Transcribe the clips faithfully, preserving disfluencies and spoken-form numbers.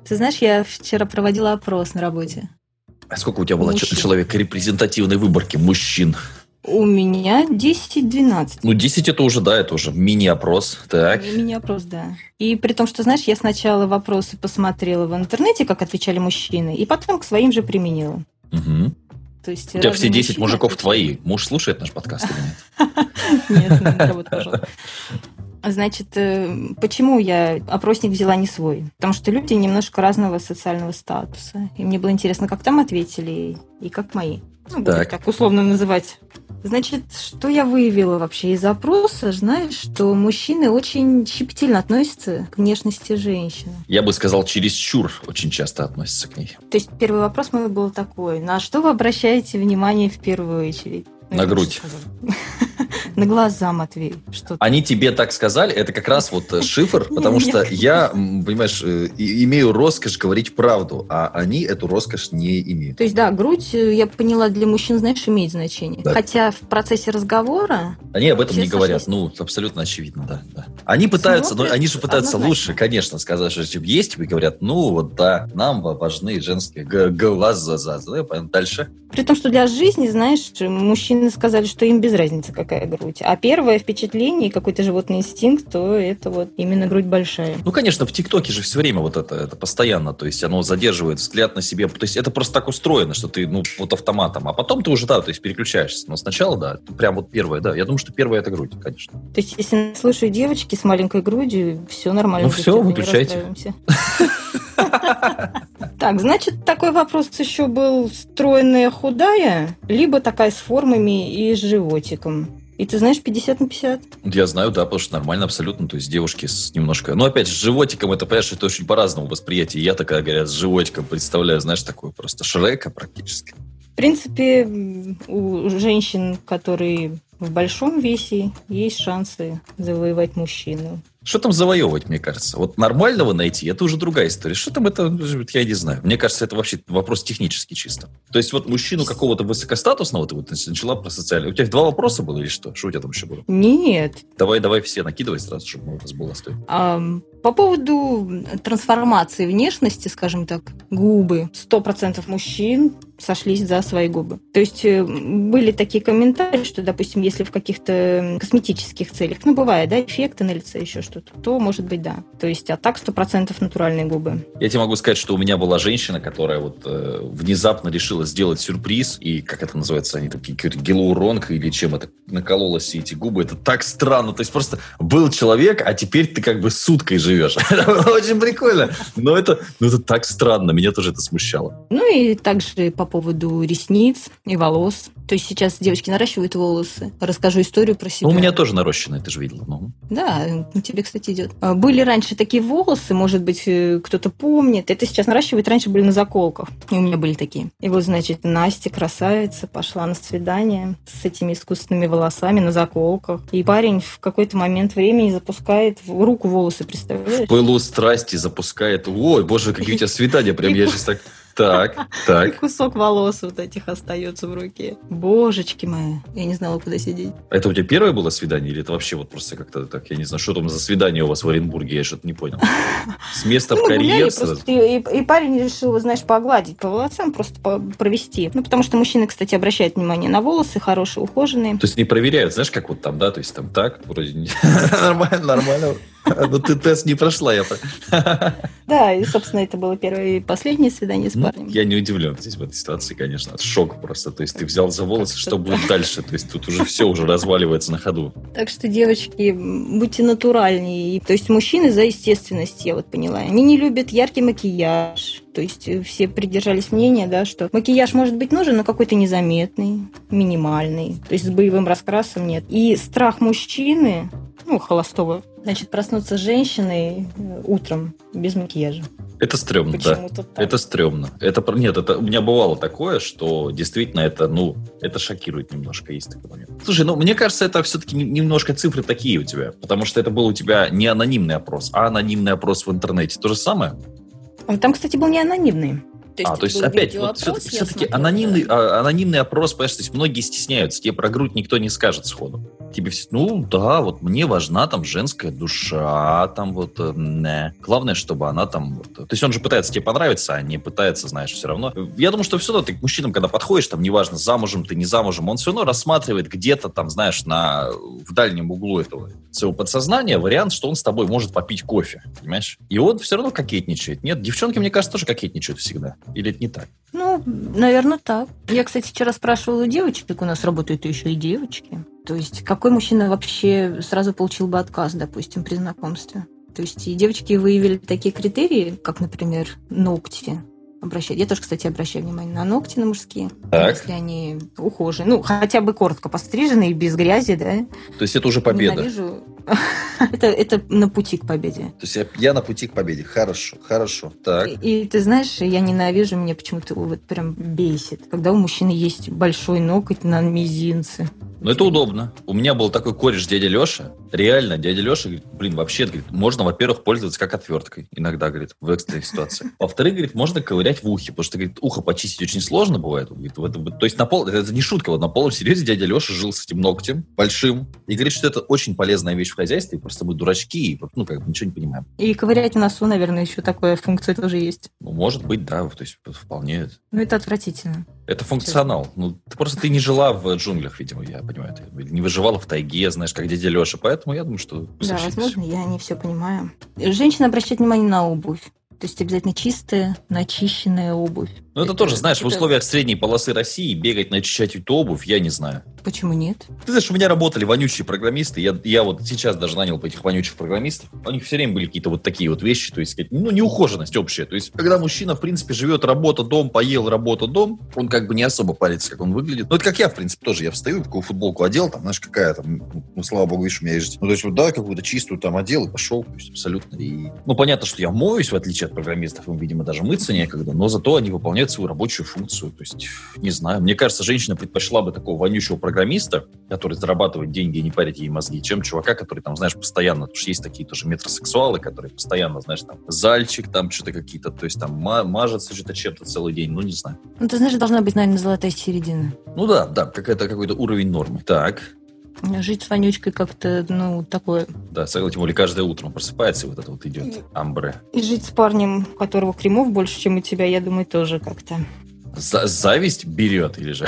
Ты знаешь, я вчера проводила опрос на работе. А сколько у тебя было мужчин. Человек репрезентативной выборки мужчин? У меня десять-двенадцать. Ну, десять это уже, да, это уже мини-опрос. Так. Мини-опрос, да. И при том, что, знаешь, я сначала вопросы посмотрела в интернете, как отвечали мужчины, и потом к своим же применила. Угу. То есть у тебя все десять мужиков отвечали. Твои. Муж слушает наш подкаст или нет? Нет, на работу пошел. Значит, почему я опросник взяла не свой? Потому что люди немножко разного социального статуса. И мне было интересно, как там ответили и как мои. Ну, так. так условно называть. Значит, что я выявила вообще из опроса? Знаешь, что мужчины очень щепетильно относятся к внешности женщины. Я бы сказал, чересчур очень часто относятся к ней. То есть первый вопрос мой был такой. На что вы обращаете внимание в первую очередь? На грудь. На глаза, Матвей. Что Они тебе так сказали, это как раз вот шифр, потому что я, понимаешь, имею роскошь говорить правду, а они эту роскошь не имеют. То есть, да, грудь, я поняла, для мужчин, знаешь, имеет значение. Да. Хотя в процессе разговора... Они об этом не говорят, ну, абсолютно очевидно, да. да. Они пытаются, но они же пытаются лучше, конечно, сказать, что есть, и говорят, ну, вот да, нам важны женские глаза, дальше. При том, что для жизни, знаешь, мужчины сказали, что им без разницы, какая грудь. А первое впечатление, какой-то животный инстинкт, то это вот именно грудь большая. Ну, конечно, в ТикТоке же все время вот это, это постоянно, то есть оно задерживает взгляд на себе. То есть это просто так устроено, что ты, ну, вот автоматом. А потом ты уже, да, то есть переключаешься. Но сначала, да, прям вот первое, да. Я думаю, что первое это грудь, конечно. То есть если слушают девочки с маленькой грудью, все нормально. Ну, все, выключайте. Так, значит, такой вопрос еще был: стройная, худая, либо такая с формами и с животиком. И ты знаешь, пятьдесят на пятьдесят? Я знаю, да, потому что нормально абсолютно. То есть девушки с немножко... Ну, опять, с животиком, это, понимаешь, это очень по-разному восприятие. Я такая, говорят, с животиком представляю, знаешь, такую просто Шрека практически. В принципе, у женщин, которые в большом весе, есть шансы завоевать мужчину. Что там завоевывать, мне кажется? Вот нормального найти, это уже другая история. Что там это, я не знаю. Мне кажется, это вообще вопрос технический чисто. То есть вот мужчину какого-то высокостатусного ты вот начала про социальное. У тебя два вопроса было или что? Что у тебя там еще было? Нет. Давай, давай все накидывай сразу, чтобы у нас было стоит. А, по поводу трансформации внешности, скажем так, губы. Сто процентов мужчин сошлись за свои губы. То есть были такие комментарии, что, допустим, если в каких-то косметических целях, ну, бывает, да, эффекты на лице, еще что-то, то, может быть, да. То есть, а так сто процентов натуральные губы. Я тебе могу сказать, что у меня была женщина, которая вот э, внезапно решила сделать сюрприз, и, как это называется, они такие, гиалуронка или чем это, наколола все эти губы. Это так странно. То есть, просто был человек, а теперь ты как бы суткой живешь. Это было очень прикольно. Но это, ну, это так странно. Меня тоже это смущало. Ну, и также по поводу ресниц и волос. То есть, сейчас девочки наращивают волосы. Расскажу историю про себя. Ну, у меня тоже нарощенные, ты же видела. Ну. Да, тебе, кстати, идет. Были раньше такие волосы, может быть, кто-то помнит. Это сейчас наращивают, раньше были на заколках. И у меня были такие. И вот, значит, Настя, красавица, пошла на свидание с этими искусственными волосами на заколках. И парень в какой-то момент времени запускает в руку волосы, представляешь? В пылу страсти запускает. Ой, боже, какие у тебя свидания. Прям я сейчас так... Так, так. И кусок волос вот этих остается в руке. Божечки мои. Я не знала, куда сидеть. Это у тебя первое было свидание? Или это вообще вот просто как-то так, я не знаю, что там за свидание у вас в Оренбурге? Я что-то не понял. С места в карьер? И парень решил, знаешь, погладить по волосам, просто провести. Ну, потому что мужчины, кстати, обращают внимание на волосы, хорошие, ухоженные. То есть не проверяют, знаешь, как вот там, да? То есть там так, вроде нормально, нормально. Но ты тест не прошла, я Да, и, собственно, это было первое и последнее свидание с парнем. Я не удивлен здесь в этой ситуации, конечно. Шок просто. То есть ты взял за волосы, что будет дальше? То есть тут уже все уже разваливается на ходу. Так что, девочки, будьте натуральнее. То есть мужчины за естественность, я вот поняла. Они не любят яркий макияж. То есть все придержались мнения, да, что макияж может быть нужен, но какой-то незаметный, минимальный. То есть с боевым раскрасом нет. И страх мужчины, ну, холостого, значит, проснуться с женщиной утром без макияжа. Это стрёмно, Почему-то да. так. Это стрёмно. Это, нет, это, у меня бывало такое, что действительно это, ну, это шокирует немножко, есть такой момент. Слушай, ну, мне кажется, это все-таки немножко цифры такие у тебя, потому что это был у тебя не анонимный опрос, а анонимный опрос в интернете. То же самое? Там, кстати, был не анонимный. То есть, а, то есть опять, вот все-таки, все-таки анонимный, да. анонимный опрос, понимаешь, то есть многие стесняются, тебе про грудь никто не скажет сходу. Тебе все, ну да, вот мне важна там женская душа, там вот, э, не. Главное, чтобы она там... Вот, то есть он же пытается тебе понравиться, а не пытается, знаешь, все равно. Я думаю, что все равно ты к мужчинам, когда подходишь, там, неважно, замужем ты, не замужем, он все равно рассматривает где-то там, знаешь, на, в дальнем углу этого своего подсознания вариант, что он с тобой может попить кофе, понимаешь? И он все равно кокетничает. Нет, девчонки, мне кажется, тоже кокетничают всегда. Или это не так? Ну, наверное, так. Я, кстати, вчера спрашивала у девочек, у нас работают еще и девочки. То есть, какой мужчина вообще сразу получил бы отказ, допустим, при знакомстве? То есть, и девочки выявили такие критерии, как, например, ногти. Обращать. Я тоже, кстати, обращаю внимание на ногти, на мужские. Так. Если они ухоженные. Ну, хотя бы коротко постриженные, без грязи, да. То есть, это уже победа? Ненавижу. это, это на пути к победе. То есть, я, я на пути к победе. Хорошо, хорошо. Так. И, и ты знаешь, я ненавижу, меня почему-то вот прям бесит, когда у мужчины есть большой ноготь на мизинце. Ну, это удобно. У меня был такой кореш, дядя Леша. Реально, дядя Леша говорит, блин, вообще, говорит, можно, во-первых, пользоваться как отверткой. Иногда, говорит, в экстренной ситуации. Во-вторых, говорит, можно ковырять в ухе, потому что, говорит, ухо почистить очень сложно бывает. Говорит, в этом, то есть, на пол, это не шутка, вот на полном серьезе дядя Леша жил с этим ногтем большим. И говорит, что это очень полезная вещь в хозяйстве, и просто мы дурачки, и, ну, как бы ничего не понимаем. И ковырять в носу, наверное, еще такая функция тоже есть. Ну, может быть, да, то есть, вполне. Ну, это отвратительно. Это функционал. Ну, ты просто ты не жила в джунглях, видимо, я понимаю. Ты не выживала в тайге, знаешь, как дядя Леша. Поэтому я думаю, что... Да, возможно, я не все понимаю. Женщина обращает внимание на обувь. То есть обязательно чистая, начищенная обувь. Ну, это, это тоже, знаешь, это... в условиях средней полосы России бегать, начищать эту обувь, я не знаю. Почему нет? Ты знаешь, у меня работали вонючие программисты. Я, я вот сейчас даже нанял этих вонючих программистов. У них все время были какие-то вот такие вот вещи. То есть, ну, неухоженность общая. То есть, когда мужчина, в принципе, живет работа, дом, поел, работа, дом, он как бы не особо парится, как он выглядит. Ну, это как я, в принципе, тоже. Я встаю, такую футболку одел, там, знаешь, какая там, ну, слава богу, видишь, у меня есть... Ну, то есть, вот, да, какую-то чистую там одел и пошел. То есть, абсолютно. И... Ну, понятно, что я моюсь, в отличие от программистов. Им, видимо, даже мыться некогда. Но зато они выполняют свою рабочую функцию. То есть, не знаю. Мне кажется, женщина предпочла бы такого вонючего программиста, который зарабатывает деньги и не парит ей мозги, чем чувака, который там, знаешь, постоянно, потому что есть такие тоже метросексуалы, которые постоянно, знаешь, там, зальчик, там, что-то какие-то, то есть там мажется что-то чем-то целый день, ну, не знаю. Ну, ты знаешь, должна быть, наверное, золотая середина. Ну да, да, какая-то, какой-то уровень нормы. Так. Жить с вонючкой как-то, ну, такое... Да, тем более каждое утро он просыпается, и вот это вот идет амбре. И жить с парнем, у которого кремов больше, чем у тебя, я думаю, тоже как-то... Зависть берет или же?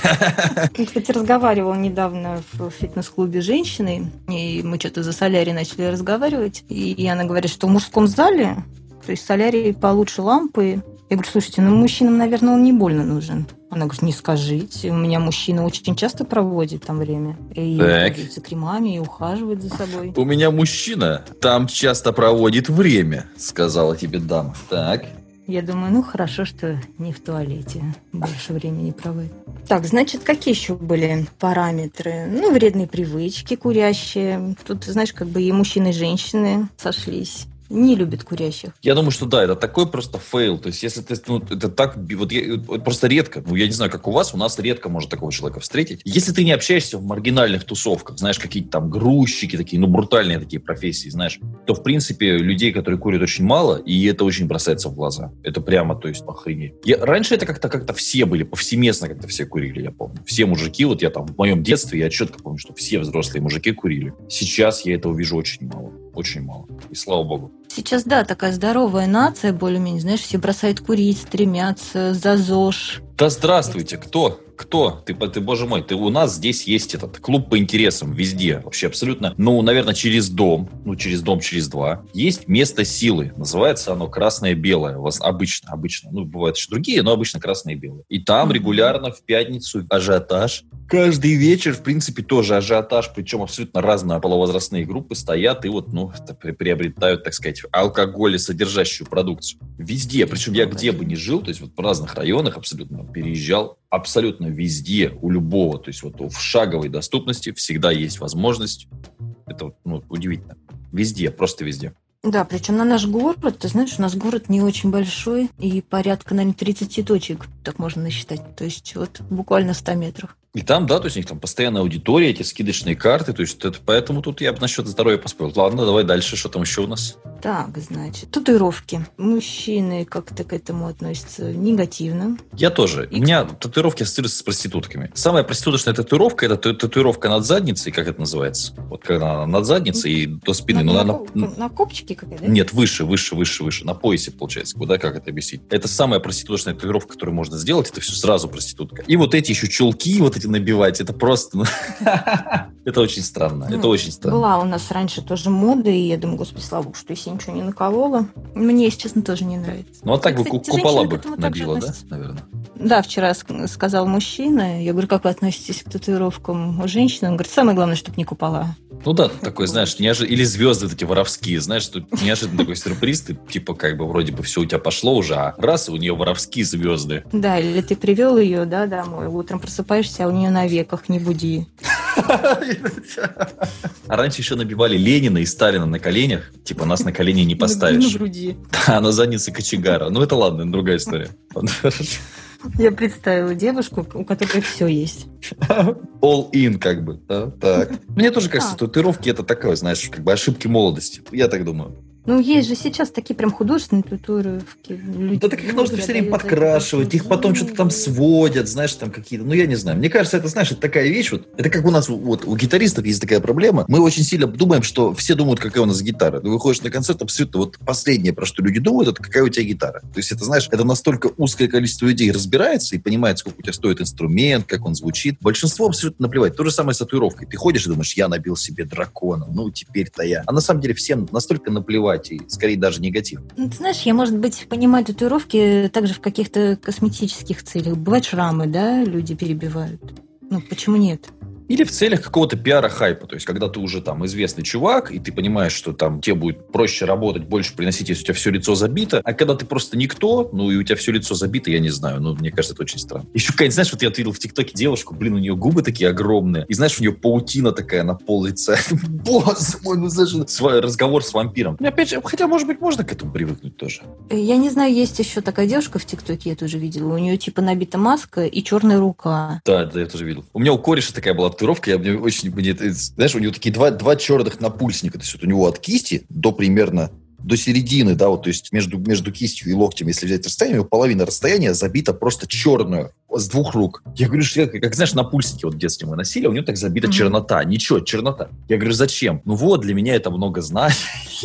Я, кстати, разговаривала недавно в фитнес-клубе с женщиной, и мы что-то за солярий начали разговаривать, и она говорит, что в мужском зале, то есть солярий получше лампы. Я говорю, слушайте, ну мужчинам, наверное, он не больно нужен. Она говорит, не скажите, у меня мужчина очень часто проводит там время, и пользуется кремами, и ухаживает за собой. У меня мужчина там часто проводит время, сказала тебе дама. Так. Я думаю, ну хорошо, что не в туалете больше времени проводит. Так, значит, какие еще были параметры? Ну, вредные привычки курящие. Тут, знаешь, как бы и мужчины, и женщины сошлись. Не любят курящих. Я думаю, что да, это такой просто фейл. То есть, если ты, ну, это так, вот я, просто редко, ну, я не знаю, как у вас, у нас редко можно такого человека встретить. Если ты не общаешься в маргинальных тусовках, знаешь, какие-то там грузчики такие, ну, брутальные такие профессии, знаешь, то, в принципе, людей, которые курят, очень мало, и это очень бросается в глаза. Это прямо, то есть, охренеть. Я, раньше это как-то, как-то все были, повсеместно как-то все курили, я помню. Все мужики, вот я там в моем детстве, я четко помню, что все взрослые мужики курили. Сейчас я этого вижу очень мало, очень мало. И слава богу. Сейчас, да, такая здоровая нация, более-менее, знаешь, все бросают курить, стремятся, за ЗОЖ. Да здравствуйте, кто? Кто? Ты, ты, боже мой, ты, у нас здесь есть этот клуб по интересам везде. Вообще абсолютно, ну, наверное, через дом, ну, через дом, через два. Есть место силы. Называется оно красное-белое. У вас обычно, обычно. Ну, бывают еще другие, но обычно красное и белое. И там mm-hmm. регулярно в пятницу ажиотаж. Каждый вечер, в принципе, тоже ажиотаж. Причем абсолютно разные полувозрастные группы стоят и вот, ну, приобретают, так сказать, алкоголь и содержащую продукцию. Везде. Причем я где бы ни жил, то есть вот в разных районах абсолютно переезжал, абсолютно везде, у любого, то есть вот в шаговой доступности всегда есть возможность. Это, ну, удивительно. Везде, просто везде. Да, причем на наш город, ты знаешь, у нас город не очень большой, и порядка, наверное, тридцать точек. так можно насчитать. То есть вот буквально в ста метрах. И там, да, то есть у них там постоянная аудитория, эти скидочные карты, то есть это, поэтому тут я бы насчет здоровья поспорил. Ладно, давай дальше, что там еще у нас? Так, значит, татуировки. Мужчины как-то к этому относятся негативно. Я тоже. И... У меня татуировки ассоциируются с проститутками. Самая проституточная татуировка – это татуировка над задницей, как это называется? Вот когда она над задницей и до спины. На, ну, на, она... на, на копчике какая-то? Нет, выше, выше, выше, выше. На поясе, получается. Куда, как это объяснить? Это самая проституточная татуировка, которую можно сделать. Это все сразу проститутка. И вот эти еще чулки, вот эти набивать, это просто... Это очень странно. Это очень странно. Была у нас раньше тоже мода, и я думаю, господи, слава богу, что если я ничего не наколола. Мне, если честно, тоже не нравится. Ну, а так бы купола бы набила, да, наверное? Да, вчера сказал мужчина. Я говорю, как вы относитесь к татуировкам у женщин? Он говорит, самое главное, чтобы не купола. Ну да, такой, знаешь, неожиданно. Или звезды эти воровские, знаешь, тут неожиданно такой сюрприз, ты типа как бы вроде бы все у тебя пошло уже, а раз, и у нее воровские звезды. Да, или ты привел ее, да, домой, утром просыпаешься, а у нее на веках не буди. А раньше еще набивали Ленина и Сталина на коленях, типа нас на колени не поставишь. На груди. Да, на заднице кочегара. Ну это ладно, другая история. Я представила девушку, у которой все есть. All in, как бы. Да? Так. Мне тоже кажется, татуировки это такое, знаешь, как бы ошибки молодости. Я так думаю. Ну, есть же сейчас такие прям художественные татуировки. Да так их нужно все время подкрашивать, их потом что-то там сводят, знаешь, там какие-то, ну, я не знаю. Мне кажется, это, знаешь, это такая вещь, вот, это как у нас, вот, у гитаристов есть такая проблема. Мы очень сильно думаем, что все думают, какая у нас гитара. Ты выходишь на концерт, абсолютно вот последнее, про что люди думают, это какая у тебя гитара. То есть это, знаешь, это настолько узкое количество людей разбирается и понимает, сколько у тебя стоит инструмент, как он звучит. Большинство абсолютно наплевать. То же самое с татуировкой. Ты ходишь и думаешь, я набил себе дракона, ну, теперь-то я. А на самом деле всем настолько наплевать, и скорее даже негатив. Ну, ты знаешь, я, может быть, понимаю татуировки также в каких-то косметических целях. Бывают шрамы, да, люди перебивают. Ну, почему нет? Или в целях какого-то пиара хайпа. То есть, когда ты уже там известный чувак, и ты понимаешь, что там тебе будет проще работать, больше приносить, если у тебя все лицо забито. А когда ты просто никто, ну и у тебя все лицо забито, я не знаю. Ну, мне кажется, это очень странно. Еще какая-нибудь, знаешь, вот я видел в ТикТоке девушку, блин, у нее губы такие огромные. И знаешь, у нее паутина такая на пол лица. Боже мой, ну знаешь, свой разговор с вампиром. И опять же, хотя, может быть, можно к этому привыкнуть тоже. Я не знаю, есть еще такая девушка в ТикТоке, я тоже видела. У нее типа набита маска и черная рука. Да, да, я тоже видел. У меня у кореша такая была татуировка, я мне очень, мне, знаешь, у него такие два, два черных напульсника, то есть вот у него от кисти до примерно до середины, да, вот, то есть между, между кистью и локтем, если взять расстояние, половина расстояния забита просто черную с двух рук. Я говорю, что как, как знаешь, напульсники вот в детстве мы носили, а у него так забита mm-hmm. чернота. Ничего, чернота. Я говорю, зачем? Ну вот, для меня это много значит.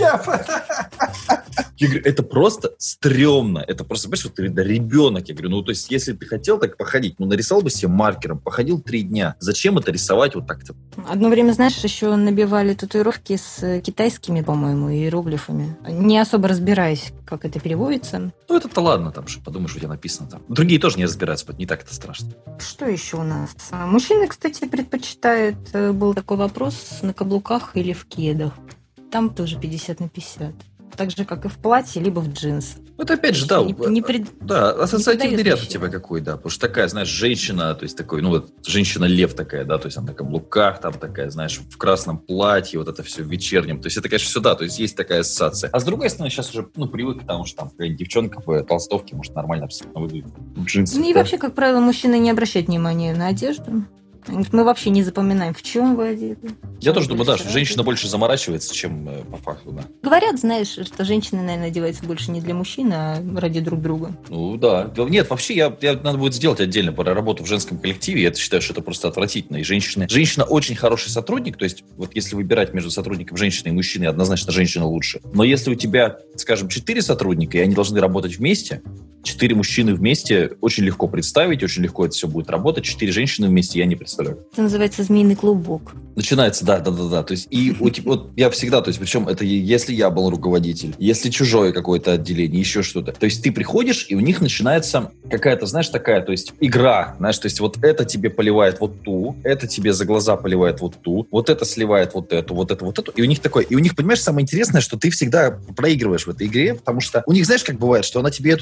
Я говорю, это просто стрёмно. Это просто, понимаешь, вот ты ребенок. Я говорю, ну, то есть, если ты хотел так походить, ну, нарисовал бы себе маркером, походил три дня. Зачем это рисовать вот так-то? Одно время, знаешь, еще набивали татуировки с китайскими, по-моему, иероглифами. Не особо разбираясь, как это переводится. Ну, это-то ладно, там, что подумаешь, у тебя написано там. Другие тоже не разбираются, не так это страшно. Что еще у нас? Мужчины, кстати, предпочитают, был такой вопрос, на каблуках или в кедах. Там тоже пятьдесят на пятьдесят. Так же, как и в платье, либо в джинс. Вот опять же, да, не, не пред... да, ассоциативный ряд у тебя какой, да, потому что такая, знаешь, женщина, то есть такой, ну вот, женщина-лев такая, да, то есть она на каблуках, там такая, знаешь, в красном платье, вот это все в вечернем, то есть это, конечно, сюда, то есть есть такая ассоциация. А с другой стороны, сейчас уже, ну, привык к тому, что там какая-нибудь девчонка в толстовке может нормально абсолютно выглядеть в джинсах. Ну и да. вообще, как правило, мужчины не обращают внимания на одежду. Мы вообще не запоминаем, в чем вы одеты. Я тоже думаю, да, что женщина больше заморачивается, чем э, по факту, да. Говорят, знаешь, что женщина, наверное, одевается больше не для мужчин, а ради друг друга. Ну, да. Нет, вообще, я, я, надо будет сделать отдельно про работу в женском коллективе. Я считаю, что это просто отвратительно. И женщины... Женщина очень хороший сотрудник, то есть вот если выбирать между сотрудником женщиной и мужчиной, однозначно женщина лучше. Но если у тебя, скажем, четыре сотрудника, и они должны работать вместе, четыре мужчины вместе очень легко представить, очень легко это все будет работать. Четыре женщины вместе я не представляю. Это называется змеиный клубок. Начинается, да, да, да, да. То есть, и вот, вот я всегда, то есть, причем это если я был руководитель, если чужое какое-то отделение, еще что-то. То есть ты приходишь, и у них начинается какая-то, знаешь, такая, то есть игра, знаешь, то есть вот это тебе поливает вот ту, это тебе за глаза поливает вот ту, вот это сливает вот эту, вот это, вот эту. И у них такое, и у них, понимаешь, самое интересное, что ты всегда проигрываешь в этой игре, потому что у них, знаешь, как бывает, что она тебе эту сливает,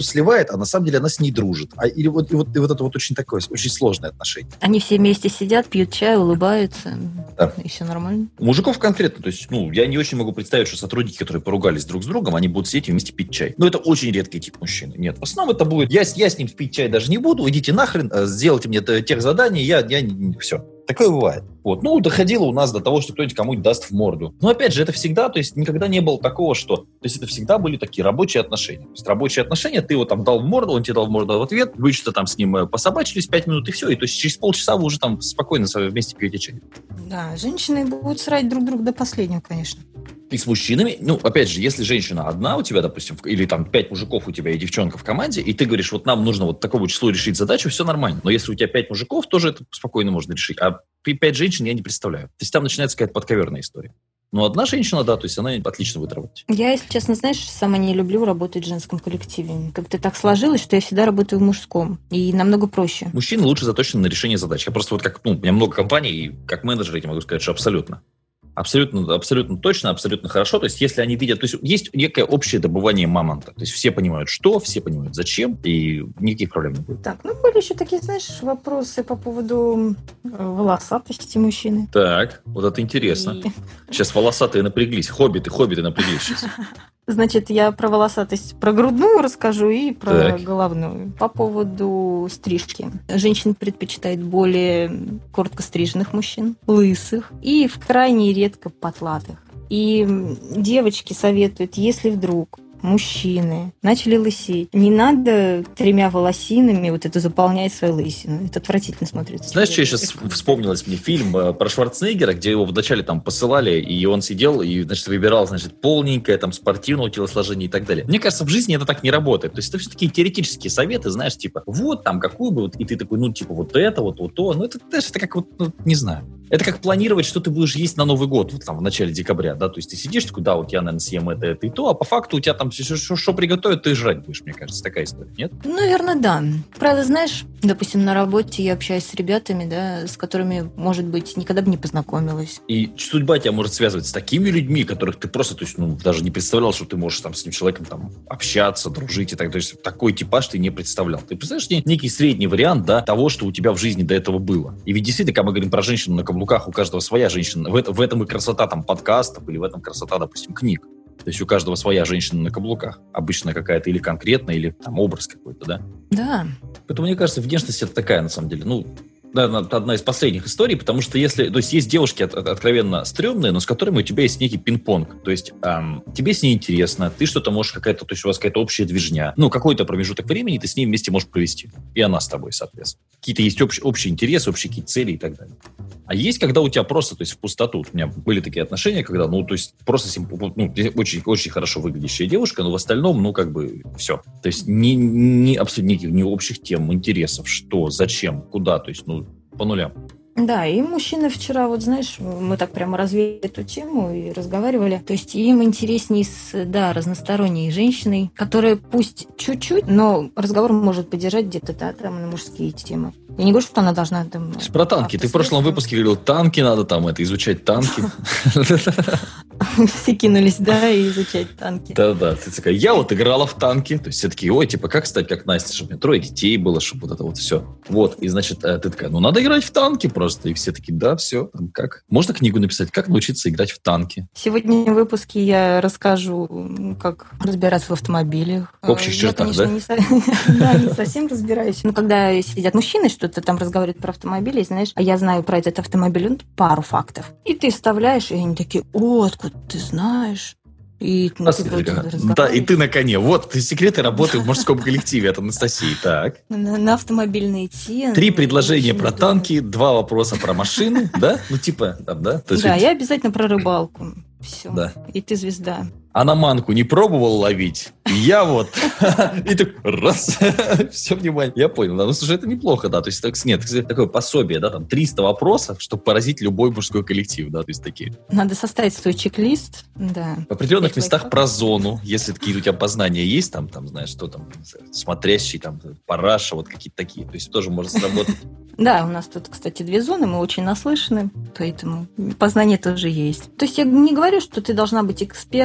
а на самом деле она с ней дружит. А, или вот, и вот, и вот это вот очень такое, очень сложное отношение. Они все вместе сидят, пьют чай, улыбаются, да. И все нормально. У мужиков конкретно, то есть, ну, я не очень могу представить, что сотрудники, которые поругались друг с другом, они будут сидеть и вместе пить чай. Но это очень редкий тип мужчины. Нет, в основном это будет, я, я с ним пить чай даже не буду, идите нахрен, сделайте мне тех заданий, я, я, все. Такое бывает. Вот. Ну, доходило у нас до того, что кто-нибудь кому-нибудь даст в морду. Но, опять же, это всегда, то есть, никогда не было такого, что... То есть, это всегда были такие рабочие отношения. То есть, рабочие отношения, ты его там дал в морду, он тебе дал в морду в ответ, вы что-то там с ним пособачились пять минут, и все. И то есть, через полчаса вы уже там спокойно вместе пьете чай. Да, женщины будут срать друг друга до последнего, конечно. И с мужчинами, ну, опять же, если женщина одна у тебя, допустим, или там пять мужиков у тебя и девчонка в команде, и ты говоришь, вот нам нужно вот такому числу решить задачу, все нормально. Но если у тебя пять мужиков, тоже это спокойно можно решить. А пять женщин я не представляю. То есть там начинается какая-то подковерная история. Но одна женщина, да, то есть она отлично будет работать. Я, если честно, знаешь, сама не люблю работать в женском коллективе. Как-то так сложилось, что я всегда работаю в мужском. И намного проще. Мужчины лучше заточены на решение задач. Я просто вот как, ну, у меня много компаний, и как менеджер я могу сказать, что абсолютно. Абсолютно, абсолютно точно, абсолютно хорошо. То есть, если они видят... То есть, есть некое общее добывание мамонта. То есть, все понимают, что, все понимают, зачем, и никаких проблем не будет. Так, ну, были еще такие, знаешь, вопросы по поводу волосатости мужчины. Так, вот это интересно. И... Сейчас волосатые напряглись. Хоббиты, хоббиты напряглись сейчас. Значит, я про волосатость, про грудную расскажу и про так. головную. По поводу стрижки. Женщины предпочитают более коротко стриженных мужчин, лысых и в крайне редко потлатых. И девочки советуют, если вдруг мужчины начали лысеть, не надо тремя волосинами вот это заполнять свою лысину. Это отвратительно смотрится. Знаешь, что я сейчас вспомнилось мне фильм про Шварценеггера, где его вначале там посылали, и он сидел и, значит, выбирал, значит, полненькое, там, спортивного телосложения и так далее. Мне кажется, в жизни это так не работает. То есть это все такие теоретические советы, знаешь, типа, вот там какую бы, вот, и ты такой, ну, типа, вот это, вот, вот то. Ну, это, знаешь, это как вот, ну, не знаю. Это как планировать, что ты будешь есть на Новый год, вот там в начале декабря, да, то есть ты сидишь такой, да, вот я, наверное, съем это, это и то, а по факту у тебя там что приготовят, ты жрать будешь, мне кажется, такая история, нет? Наверное, да. Правда, знаешь, допустим, на работе я общаюсь с ребятами, да, с которыми, может быть, никогда бы не познакомилась. И судьба тебя может связывать с такими людьми, которых ты просто, то есть, ну, даже не представлял, что ты можешь там с этим человеком там общаться, дружить и так, то есть такой типаж ты не представлял. Ты представляешь, некий средний вариант, да, того, что у тебя в жизни до этого было. И ведь действительно, когда мы говорим про женщину на каблуках, у каждого своя женщина. В, это, в этом и красота там подкастов, или в этом красота, допустим, книг. То есть у каждого своя женщина на каблуках. Обычно какая-то или конкретная, или там образ какой-то, да? Да. Поэтому, мне кажется, внешность это такая, на самом деле, ну, наверное, это одна из последних историй, потому что если... То есть есть девушки от, от, откровенно стрёмные, но с которыми у тебя есть некий пинг-понг. То есть эм, тебе с ней интересно, ты что-то можешь какая-то... То есть у вас какая-то общая движня. Ну, какой-то промежуток времени ты с ней вместе можешь провести. И она с тобой, соответственно. Какие-то есть общ, общие интересы, общие какие-то цели и так далее. А есть, когда у тебя просто, то есть в пустоту. У меня были такие отношения, когда, ну, то есть просто ну, очень, очень хорошо выглядящая девушка, но в остальном, ну, как бы все. То есть ни, ни абсолютно никаких ни общих тем, интересов, что, зачем, куда, то есть, ну, по нулям. Да, и мужчины вчера, вот знаешь, мы так прямо развили эту тему и разговаривали. То есть им интереснее с, да, разносторонней женщиной, которая пусть чуть-чуть, но разговор может поддержать где-то, да, там на мужские темы. Я не говорю, что она должна там... То есть про танки. Ты в прошлом выпуске говорил, танки надо там, это, изучать танки. Все кинулись, да, и изучать танки. Да-да, ты такая, я вот играла в танки. То есть все такие, ой, типа, как стать как Настя, чтобы у меня трое детей было, чтобы вот это вот все. Вот, и значит, ты такая, ну надо играть в танки просто. И все такие, да, все, как? Можно книгу написать, как научиться играть в танки? Сегодня в выпуске я расскажу, как разбираться в автомобилях. В общих чертах, да? Да, не совсем разбираюсь. Но когда сидят мужчины, что-то там разговаривают про автомобили, знаешь, а я знаю про этот автомобиль, ну, пару фактов. И ты вставляешь, и они такие, о, откуда ты знаешь? И, ну, ты да, и ты на коне. Вот, ты секреты работы в мужском коллективе от Анастасии. Так. На, на автомобильные темы. Три предложения про танки, два вопроса про машины, да? Ну, типа, да? Да, я обязательно про рыбалку. Все. Да. И ты звезда. А на манку не пробовал ловить? Я вот. И так раз. Все, внимание. Я понял. Ну, слушай, это неплохо, да. То есть, нет, такое пособие, да, там триста вопросов, чтобы поразить любой мужской коллектив, да, то есть такие. Надо составить свой чек-лист, да. В определенных местах про зону, если какие-то у тебя познания есть, там, там, знаешь, что там, смотрящий, там, параша, вот какие-то такие. То есть тоже может сработать. Да, у нас тут, кстати, две зоны, мы очень наслышаны, поэтому познание тоже есть. То есть я не говорю, что ты должна быть экспертом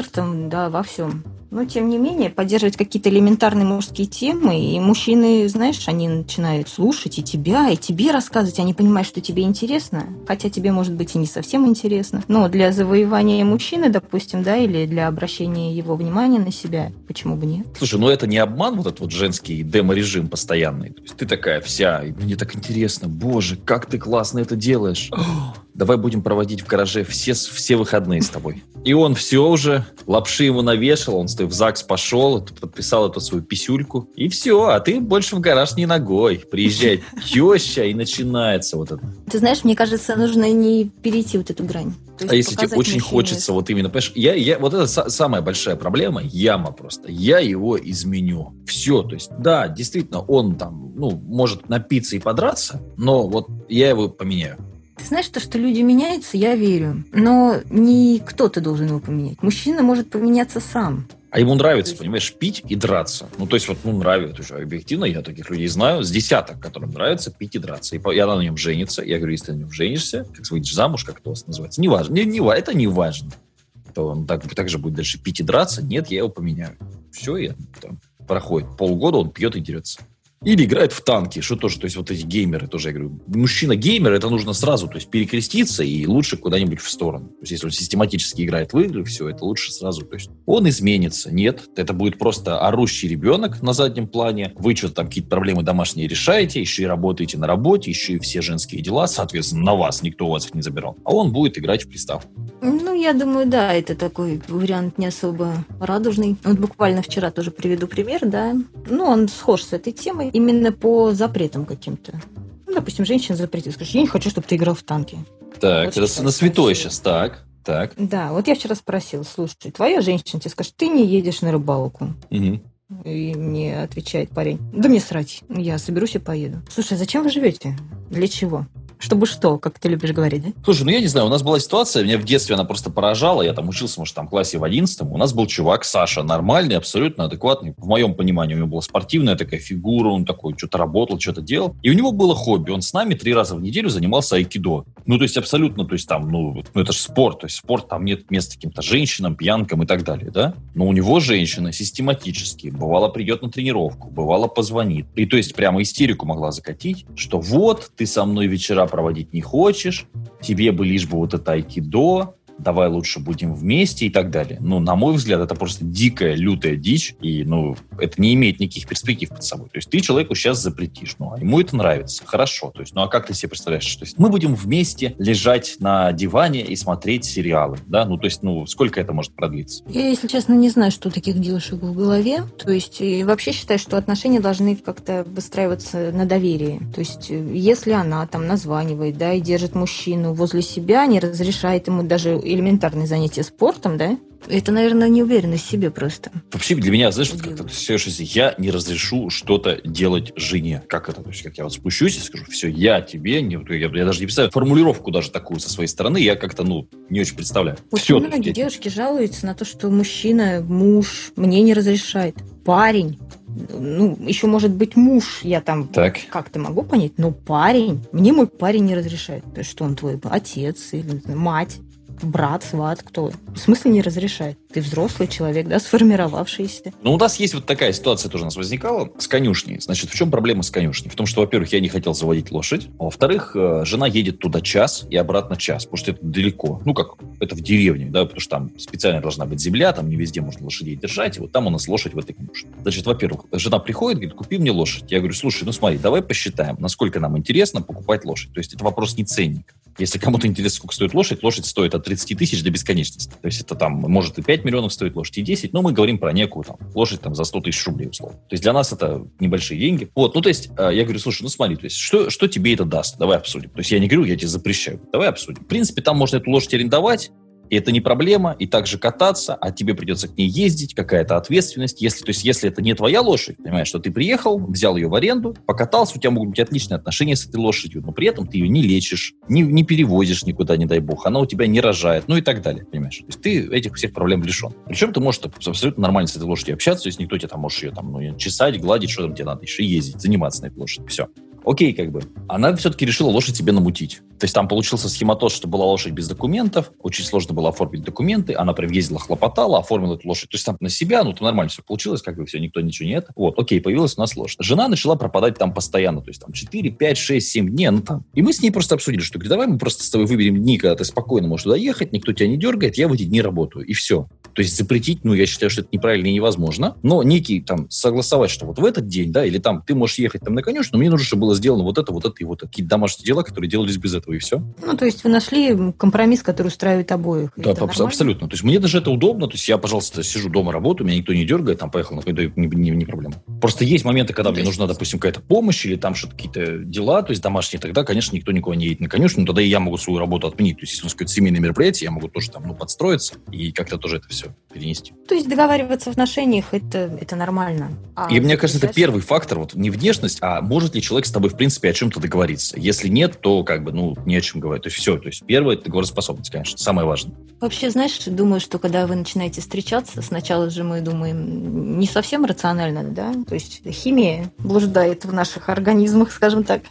да, во всем. Но, тем не менее, поддерживать какие-то элементарные мужские темы, и мужчины, знаешь, они начинают слушать и тебя, и тебе рассказывать, они понимают, что тебе интересно, хотя тебе, может быть, и не совсем интересно. Но для завоевания мужчины, допустим, да, или для обращения его внимания на себя, почему бы нет? Слушай, ну это не обман, вот этот вот женский демо-режим постоянный. То есть ты такая вся, и мне так интересно, боже, как ты классно это делаешь. Давай будем проводить в гараже все, все выходные с тобой. И он все уже, лапши ему навешал, он в ЗАГС пошел, подписал эту свою писюльку, и все, а ты больше в гараж не ногой. Приезжает теща, и начинается вот это. Ты знаешь, мне кажется, нужно не перейти вот эту грань. А если тебе очень мужчине... хочется вот именно, понимаешь, я, я, вот это са- самая большая проблема, яма просто, я его изменю. Все, то есть, да, действительно, он там, ну, может напиться и подраться, но вот я его поменяю. Ты знаешь, то, что люди меняются, я верю. Но не кто-то должен его поменять. Мужчина может поменяться сам. А ему нравится, понимаешь, пить и драться. Ну, то есть, вот, ну, нравится. Объективно, я таких людей знаю, с десяток, которым нравится пить и драться. И она на нем женится. Я говорю, если ты на нем женишься, как выйдешь замуж, как это у вас называется, неважно. Не, не, это не важно. То он так, так же будет дальше пить и драться. Нет, я его поменяю. Все, я, там, проходит полгода, он пьет и дерется. Или играет в танки, что тоже, то есть вот эти геймеры тоже, я говорю, мужчина-геймер, это нужно сразу, то есть перекреститься и лучше куда-нибудь в сторону. То есть если он систематически играет в игры, все, это лучше сразу, то есть он изменится. Нет, это будет просто орущий ребенок на заднем плане, вы что-то там какие-то проблемы домашние решаете, еще и работаете на работе, еще и все женские дела, соответственно, на вас, никто у вас их не забирал. А он будет играть в приставку. Ну, я думаю, да, это такой вариант не особо радужный. Вот буквально вчера тоже приведу пример, да, ну, он схож с этой темой. Именно по запретам каким-то. Ну, допустим, женщина запретит, скажет, я не хочу, чтобы ты играл в танки. Так, вот это на святой сейчас, так, так. Да, вот я вчера спросила, слушай, твоя женщина тебе скажет, ты не едешь на рыбалку. Угу. И мне отвечает парень, да мне срать, я соберусь и поеду. Слушай, зачем вы живете? Для чего? Чтобы что, как ты любишь говорить, да? Слушай, ну я не знаю, у нас была ситуация, меня в детстве она просто поражала, я там учился, может, там в классе в одиннадцатом, у нас был чувак, Саша, нормальный, абсолютно адекватный, в моем понимании у него была спортивная такая фигура, он такой что-то работал, что-то делал, и у него было хобби, он с нами три раза в неделю занимался айкидо. Ну, то есть абсолютно, то есть там, ну, ну это же спорт, то есть спорт, там нет места каким-то женщинам, пьянкам и так далее, да? Но у него женщина систематически, бывало, придет на тренировку, бывало, позвонит, и то есть прямо истерику могла закатить, что вот, ты со мной вечера проводить не хочешь, тебе бы лишь бы вот это айкидо, давай лучше будем вместе и так далее. Ну, на мой взгляд, это просто дикая, лютая дичь, и, ну, это не имеет никаких перспектив под собой. То есть ты человеку сейчас запретишь, ну, а ему это нравится, хорошо. То есть, ну, а как ты себе представляешь, что есть, мы будем вместе лежать на диване и смотреть сериалы, да? Ну, то есть, ну, сколько это может продлиться? Я, если честно, не знаю, что у таких девушек в голове. То есть, и вообще считаю, что отношения должны как-то выстраиваться на доверии. То есть, если она там названивает, да, и держит мужчину возле себя, не разрешает ему даже элементарные занятия спортом, да, это, наверное, неуверенность в себе просто. Вообще для меня, знаешь, вот как-то все, если я не разрешу что-то делать жене. Как это? То есть, как я вот спущусь и скажу, все, я тебе, не, я, я даже не представляю формулировку даже такую со своей стороны, я как-то, ну, не очень представляю. Вот все, многие есть, девушки я... жалуются на то, что мужчина, муж мне не разрешает. Парень, ну, еще может быть муж, я там так. как-то могу понять, но парень, мне мой парень не разрешает. То есть, что он твой отец или мать? Брат, сват, кто? В смысле не разрешает? Ты взрослый человек, да, сформировавшийся. Ну, у нас есть вот такая ситуация тоже у нас возникала с конюшней. Значит, в чем проблема с конюшней? В том, что, во-первых, я не хотел заводить лошадь, а во-вторых, жена едет туда час и обратно час, потому что это далеко. Ну, как, это в деревне, да, потому что там специально должна быть земля, там не везде можно лошадей держать, и вот там у нас лошадь в этой конюшне. Значит, во-первых, жена приходит, говорит, купи мне лошадь. Я говорю, слушай, ну смотри, давай посчитаем, насколько нам интересно покупать лошадь. То есть это вопрос не ценника. Если кому-то интересно, сколько стоит лошадь, лошадь стоит от тридцати тысяч до бесконечности. То есть это там, может и пять миллионов стоит лошадь, и десять, но мы говорим про некую там лошадь там за сто тысяч рублей, условно. То есть для нас это небольшие деньги. Вот, ну то есть я говорю, слушай, ну смотри, то есть что, что тебе это даст? Давай обсудим. То есть я не говорю, я тебе запрещаю. Давай обсудим. В принципе, там можно эту лошадь арендовать, и это не проблема, и также кататься, а тебе придется к ней ездить, какая-то ответственность. Если, то есть, если это не твоя лошадь, понимаешь, что ты приехал, взял ее в аренду, покатался, у тебя могут быть отличные отношения с этой лошадью, но при этом ты ее не лечишь, не, не перевозишь никуда, не дай бог, она у тебя не рожает, ну и так далее, понимаешь. То есть ты этих всех проблем лишен. Причем ты можешь абсолютно нормально с этой лошадью общаться, то есть никто тебе там может ее там, ну, чесать, гладить, что там тебе надо, еще ездить, заниматься на этой лошади, все. Окей, как бы. Она все-таки решила лошадь себе намутить. То есть там получился схематоз, что была лошадь без документов, очень сложно было оформить документы, она прям ездила, хлопотала, оформила эту лошадь. То есть там на себя, ну, то нормально все получилось, как бы все, никто ничего не это. Вот, окей, появилась у нас лошадь. Жена начала пропадать там постоянно, то есть там четыре, пять, шесть, семь дней, ну там. И мы с ней просто обсудили, что, говорит, давай мы просто с тобой выберем дни, когда ты спокойно можешь туда ехать, никто тебя не дергает, я в эти дни работаю, и все. То есть запретить, ну, я считаю, что это неправильно и невозможно, но некий там согласовать, что вот в этот день, да, или там ты можешь ехать там на конюшню, но мне нужно, чтобы было сделано вот это, вот это и вот это. Какие-то домашние дела, которые делались без этого, и все. Ну, то есть вы нашли компромисс, который устраивает обоих. Да, аб- абсолютно. То есть мне даже это удобно. То есть я, пожалуйста, сижу дома, работаю, меня никто не дергает, там поехал, но это не, не, не проблема. Просто есть моменты, когда ну, мне есть... нужна, допустим, какая-то помощь или там что-то какие-то дела, то есть домашние, тогда, конечно, никто никого не едет на конюшню, но тогда и я могу свою работу отменить. То есть если у нас какое-то семейное мероприятие, я могу тоже там, ну, подстроиться и как-то тоже это все перенести. То есть договариваться в отношениях, это, это нормально. А и мне кажется, это первый фактор, вот не внешность, а может ли человек с тобой, в принципе, о чем-то договориться. Если нет, то как бы, ну, не о чем говорить. То есть все. То есть первое – это договороспособность, конечно, самое важное. Вообще, знаешь, думаю, что когда вы начинаете встречаться, сначала же мы думаем не совсем рационально, да? То есть химия блуждает в наших организмах, скажем так.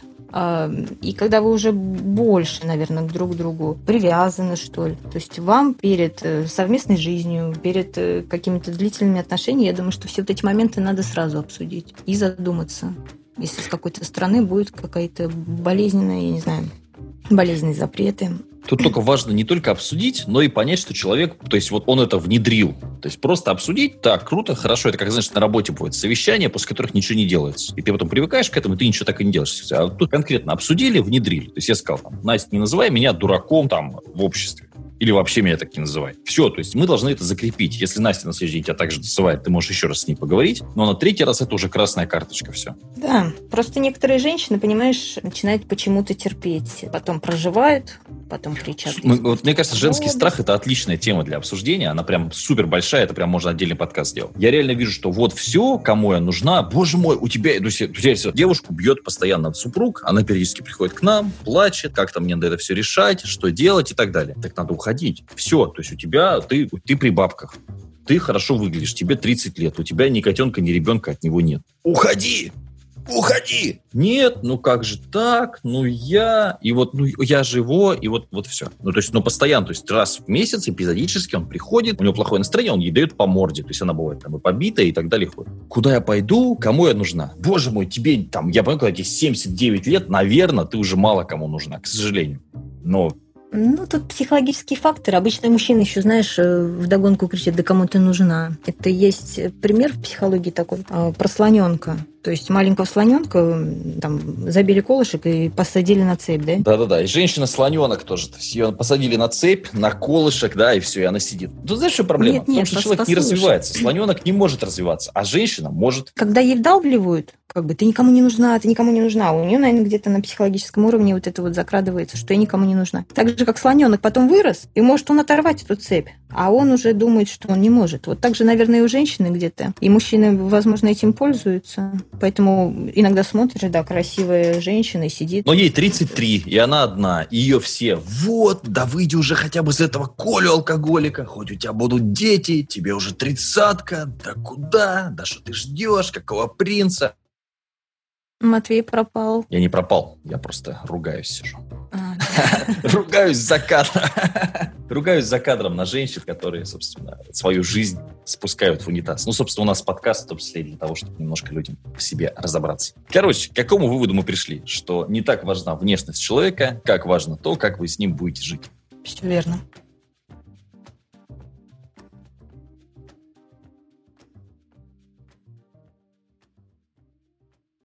И когда вы уже больше, наверное, друг к другу привязаны, что ли, то есть вам перед совместной жизнью, перед какими-то длительными отношениями, я думаю, что все вот эти моменты надо сразу обсудить и задуматься. Если с какой-то стороны будет какая-то болезненная, я не знаю, болезненные запреты. Тут только важно не только обсудить, но и понять, что человек, то есть вот он это внедрил. То есть просто обсудить, так, круто, хорошо. Это как, знаешь, на работе бывает совещание, после которых ничего не делается. И ты потом привыкаешь к этому, и ты ничего так и не делаешь. А тут конкретно обсудили, внедрили. То есть я сказал, там, Настя, не называй меня дураком там в обществе. Или вообще меня так не называй. Все, то есть мы должны это закрепить. Если Настя на следующий день тебя также называет, ты можешь еще раз с ней поговорить, но на третий раз это уже красная карточка, все. Да, просто некоторые женщины, понимаешь, начинают почему-то терпеть. Потом проживают, потом кричат. Мы, вот, мне кажется, женский страх – это отличная тема для обсуждения. Она прям супер большая, это прям можно отдельный подкаст сделать. Я реально вижу, что вот все, кому я нужна, боже мой, у тебя, у тебя девушку бьет постоянно супруг, она периодически приходит к нам, плачет, как там мне надо это все решать, что делать и так далее. Так надо уходить. Все, то есть у тебя, ты, ты при бабках, ты хорошо выглядишь, тебе тридцать лет, у тебя ни котенка, ни ребенка от него нет. Уходи! Уходи! Нет, ну как же так? Ну я... И вот, ну я же его, и вот, вот все. Ну то есть, ну постоянно, то есть раз в месяц эпизодически он приходит, у него плохое настроение, он ей дает по морде, то есть она бывает там и побитая и так далее. Куда я пойду? Кому я нужна? Боже мой, тебе там, я понимаю, когда тебе семьдесят девять лет, наверное, ты уже мало кому нужна, к сожалению. Но... Ну, тут психологический фактор. Обычно мужчины еще, знаешь, вдогонку кричат, да кому ты нужна. Это есть пример в психологии такой, про слоненка. То есть маленького слоненка там забили колышек и посадили на цепь, да? Да-да-да, и женщина-слоненок тоже. То есть ее посадили на цепь, на колышек, да, и все, и она сидит. Тут знаешь, что проблема? Нет, нет, в том, что человек послушай. не развивается. Слоненок не может развиваться, а женщина может. Когда ей вдалбливают, как бы, ты никому не нужна, ты никому не нужна. У нее, наверное, где-то на психологическом уровне вот это вот закрадывается, что я никому не нужна. Так же, как слоненок потом вырос, и может он оторвать эту цепь, а он уже думает, что он не может. Вот так же, наверное, и у женщины где-то. И мужчины, возможно, этим пользуются. Поэтому иногда смотришь, да, красивая женщина сидит. Но ей тридцать три, и она одна. И ее все, вот, да выйди уже хотя бы из этого Колю алкоголика, хоть у тебя будут дети, тебе уже тридцатка, да куда, да что ты ждешь, какого принца? Матвей пропал. Я не пропал, я просто ругаюсь сижу. Ругаюсь за кадром. Ругаюсь за кадром на женщин, которые, собственно, свою жизнь спускают в унитаз. Ну, собственно, у нас подкаст в том числе для того, чтобы немножко людям в себе разобраться. Короче, к какому выводу мы пришли? Что не так важна внешность человека, как важно то, как вы с ним будете жить. Все верно.